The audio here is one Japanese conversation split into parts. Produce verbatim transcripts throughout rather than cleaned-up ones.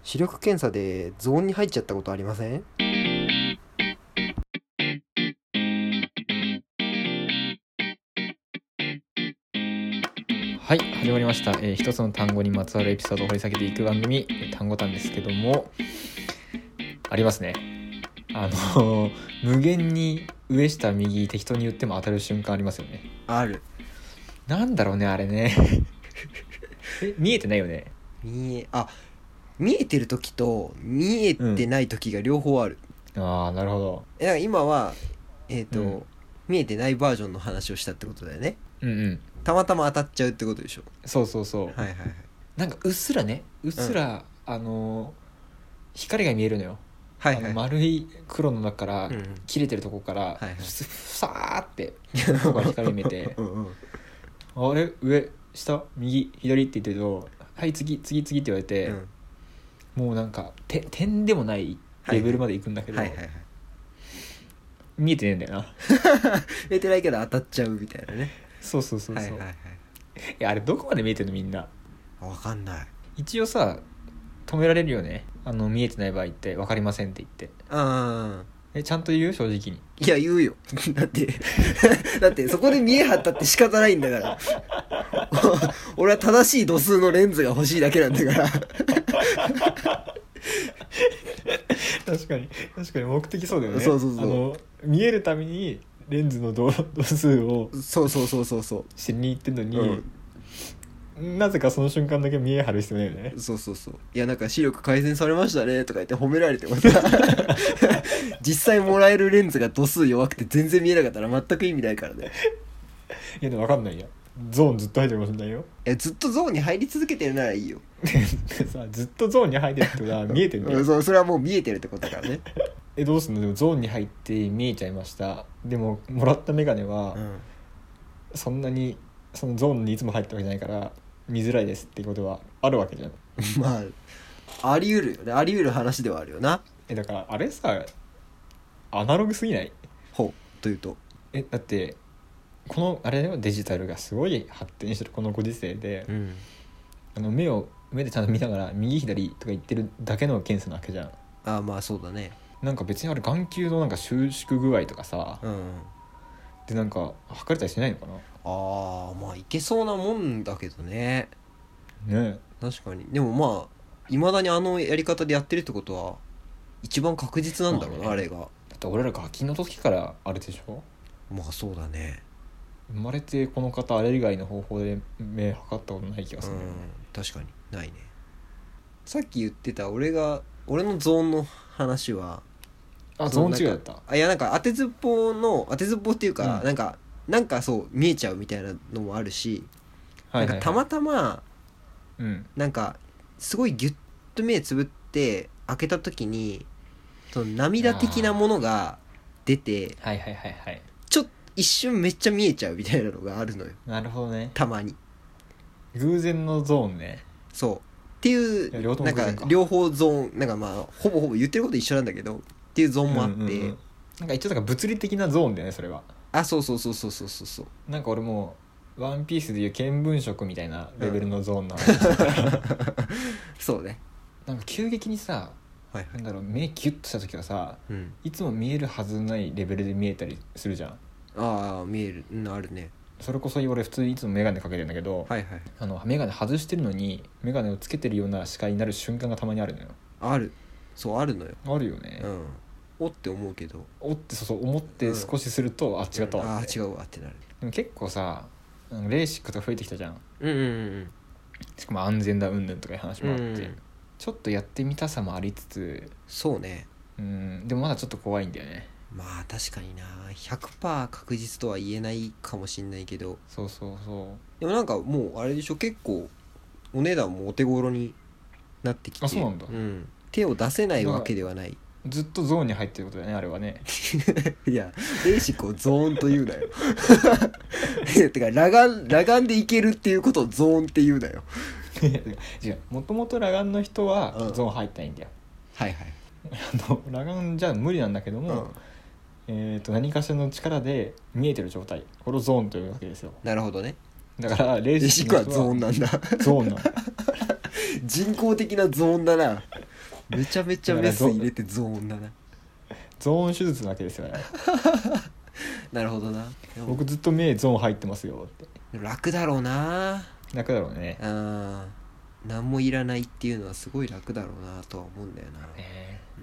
視力検査でゾーンに入っちゃったことありません？ はい、始まりました、えー、一つの単語にまつわるエピソードを掘り下げていく番組、単語単ですけども、ありますね。あの無限に上下右適当に言っても当たる瞬間ありますよね。 ある。 なんだろうねあれねえ見えてないよね。 見えあ見えてる時と見えてない時が両方ある、 うん、ああなるほど。 だから今はえっ、ー、と、うん、見えてないバージョンの話をしたってことだよね。 うんうん。 たまたま当たっちゃうってことでしょ。 そうそうそう。 はいはいはい。 なんかうっすらねうっすら、うん、あの光が見えるのよ。 はいはい、 あの丸い黒の中から、うん、切れてるとこから、はいはい、ふさーってそこが光が見えてうん、うん、あれ上下右左って言ってるとはい次次次って言われて、うん、もうなんかて点でもないレベルまで行くんだけど、はいはいはいはい、見えてねえんだよな見えてないけど当たっちゃうみたいなね。 そうそうそうそう、はいはいはい、いやあれどこまで見えてるのみんな。 わかんない。 一応さ止められるよね。あの見えてない場合って分かりませんって言って。 あえちゃんと言う正直に。 いや言うよだってだってそこで見え張ったって仕方ないんだから俺は正しい度数のレンズが欲しいだけなんだから確かに確かに目的そうだよね。 そうそうそう。 あの見えるためにレンズの 度, 度数をそうそうそうそうそう知りに行ってんのに、うん、なぜかその瞬間だけ見え張る必要ないよね。 そうそうそう。いやなんか視力改善されましたねとか言って褒められてもさ実際もらえるレンズが度数弱くて全然見えなかったら全く意味ないからね。 いやでも分かんないや。ゾーンずっと入ってるかもしれないよ。 いやずっとゾーンに入り続けてるならいいよさずっとゾーンに入ってるってことは見えてるんだよそ, それはもう見えてるってことだからねえどうすんの。でもゾーンに入って見えちゃいました。でももらったメガネは、うん、そんなにそのゾーンにいつも入ったわけじゃないから見づらいですっていうことはあるわけじゃんまああり得るよね。あり得る話ではあるよな。 えだからあれさアナログすぎない？ ほうというとえだってこのあれだよデジタルがすごい発展してるこのご時世で、うん、あの目を目でちゃんと見ながら右左とか言ってるだけの検査なわけじゃん。 ああまあそうだね。 なんか別にあれ眼球のなんか収縮具合とかさ、うん、でなんか測れたりしないのかな。 ああまあいけそうなもんだけどね。 ね確かに。でもまあいまだにあのやり方でやってるってことは一番確実なんだろうな、まあね、あれが。だって俺らガキの時からあれでしょ。 まあそうだね。 生まれてこの方あれ以外の方法で目測ったことない気がする、ね、 うん確かにないね。さっき言ってた俺が俺のゾーンの話はあゾーン違いだった。 あいやなんか当てずっぽうの当てずっぽうっていうか、うん、なんかなんかそう見えちゃうみたいなのもあるし、はいはいはい、なんかたまたま、うん、なんかすごいギュッと目つぶって開けた時にその涙的なものが出て、 はいはいはいはい、 ちょっと一瞬めっちゃ見えちゃうみたいなのがあるのよ。 なるほどね。 たまに偶然のゾーンね。 そうっていういなんか両方ゾーンなんかまあほぼほぼ言ってること一緒なんだけどっていうゾーンもあって、うんうんうん、 なんか一応なんか物理的なゾーンだよねそれは。 あそうそうそうそうそうそう。 なんか俺もワンピースでいう見聞色みたいなレベルのゾーンなの、うん、 そうね。なんか急激にさ、はいはい、なんだろう目キュッとした時はさ、うん、いつも見えるはずないレベルで見えたりするじゃん。 ああ見える、うん、あるね。 それこそ俺普通にいつもメガネかけてるんだけど、はいはい、あのメガネ外してるのにメガネをつけてるような視界になる瞬間がたまにあるのよ。 ある。そうあるのよ。 あるよね、 うん、おって思うけどおってそうそう思って少しすると、うん、あ違ったわって、 うん、あ違うわってなる。 でも結構さレーシックとか増えてきたじゃん。 うんうんうん、 しかも安全だうんぬんとかいう話もあって、うん、ちょっとやってみたさもありつつそうね、 うん、でもまだちょっと怖いんだよね。 まあ確かにな ひゃくパーセント 確実とは言えないかもしんないけど、 そうそうそう。 でもなんかもうあれでしょ結構お値段もお手頃になってきて。 あそうなんだ、 うん、手を出せないわけではない。 ずっとゾーンに入ってることだよねあれはねいやレーシックをゾーンと言うなよてか裸眼裸眼でいけるっていうことをゾーンって言うなよ違うもともと裸眼の人はゾーン入ったらいいんだよ、 うん、はいはいあの裸眼じゃ無理なんだけども、うんえー、と何かしらの力で見えてる状態これをゾーンというわけですよ。 なるほどね。 だからレーシックはゾーンなんだゾーンなん人工的なゾーンだなめちゃめちゃメス入れてゾーンだな。 ゾーン手術なわけですよね。 なるほどな。 僕ずっと目ゾーン入ってますよって。 楽だろうな。 楽だろうね。 あ何もいらないっていうのはすごい楽だろうなとは思うんだよな、 ねうん、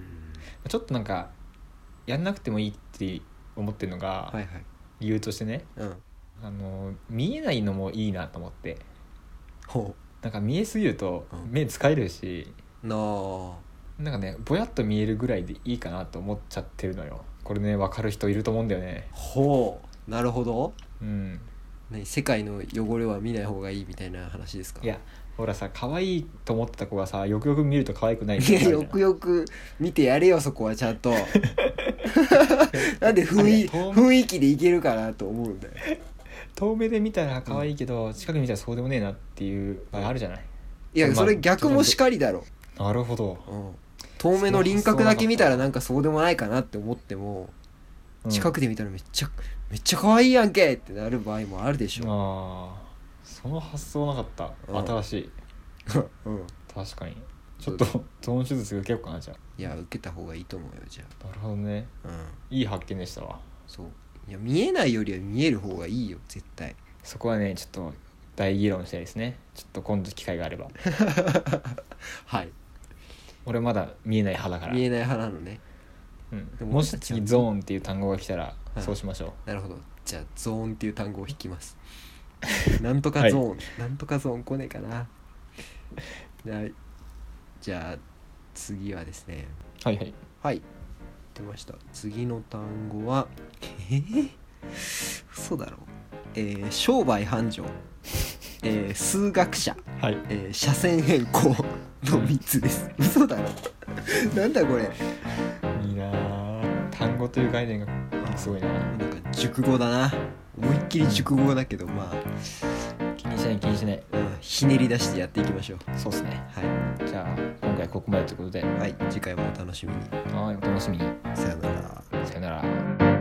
ちょっとなんかやんなくてもいいって思ってるのが、はいはい、理由としてね、うん、あの見えないのもいいなと思って。ほう。なんか見えすぎると目疲れるし、うん、なんかねぼやっと見えるぐらいでいいかなと思っちゃってるのよ。これね分かる人いると思うんだよね。 ほう、なるほど。 うん。 何、世界の汚れは見ない方がいいみたいな話ですか。 いやほらさ、可愛いと思ってた子がさ、よくよく見ると可愛くないみたいな。いやよくよく見てやれよそこはちゃんと。なんで雰囲雰囲気でいけるかなと思うんだよ。 遠目で見たら可愛いけど、うん、近くで見たらそうでもねえなっていう場合あるじゃない。 いやそれ逆もしかりだろ。 なるほど、 うん、遠目の輪郭だけ見たらなんかそうでもないかなって思っても、うん、近くで見たらめっちゃめっちゃ可愛いやんけってなる場合もあるでしょ。 ああ、その発想なかった、うん、新しい。うん、確かにちょっとゾーン手術受けようかな。じゃあいや受けた方がいいと思うよ。じゃあなるほどね、うん、いい発見でしたわ。 そう、いや見えないよりは見える方がいいよ絶対。 そこはねちょっと大議論したいですね。ちょっと今度機会があれば。 はい。 俺まだ見えない派だから。 見えない派なのね。 うん、もし次ゾーンっていう単語が来たらそうしましょう、はい、 なるほど。じゃあゾーンっていう単語を引きます。なんとかゾーン、はい、なんとかゾーン来ねえかな。じゃあ次はですね、 はいはいはい出ました。次の単語はえー、嘘だろ、えー、商売繁盛、えー、数学者、はい、えー、車線変更のみっつです。嘘だろ。なんだこれ。 いいな、単語という概念がすごいな。 なんか熟語だな。思いっきり熟語だけど、まあ気にしない気にしない、 うん、ひねり出してやっていきましょう。 そうですね。はい。じゃあ今回ここまでということで、 はい、次回もお楽しみに。 はい、お楽しみに。 さよなら。 さよなら。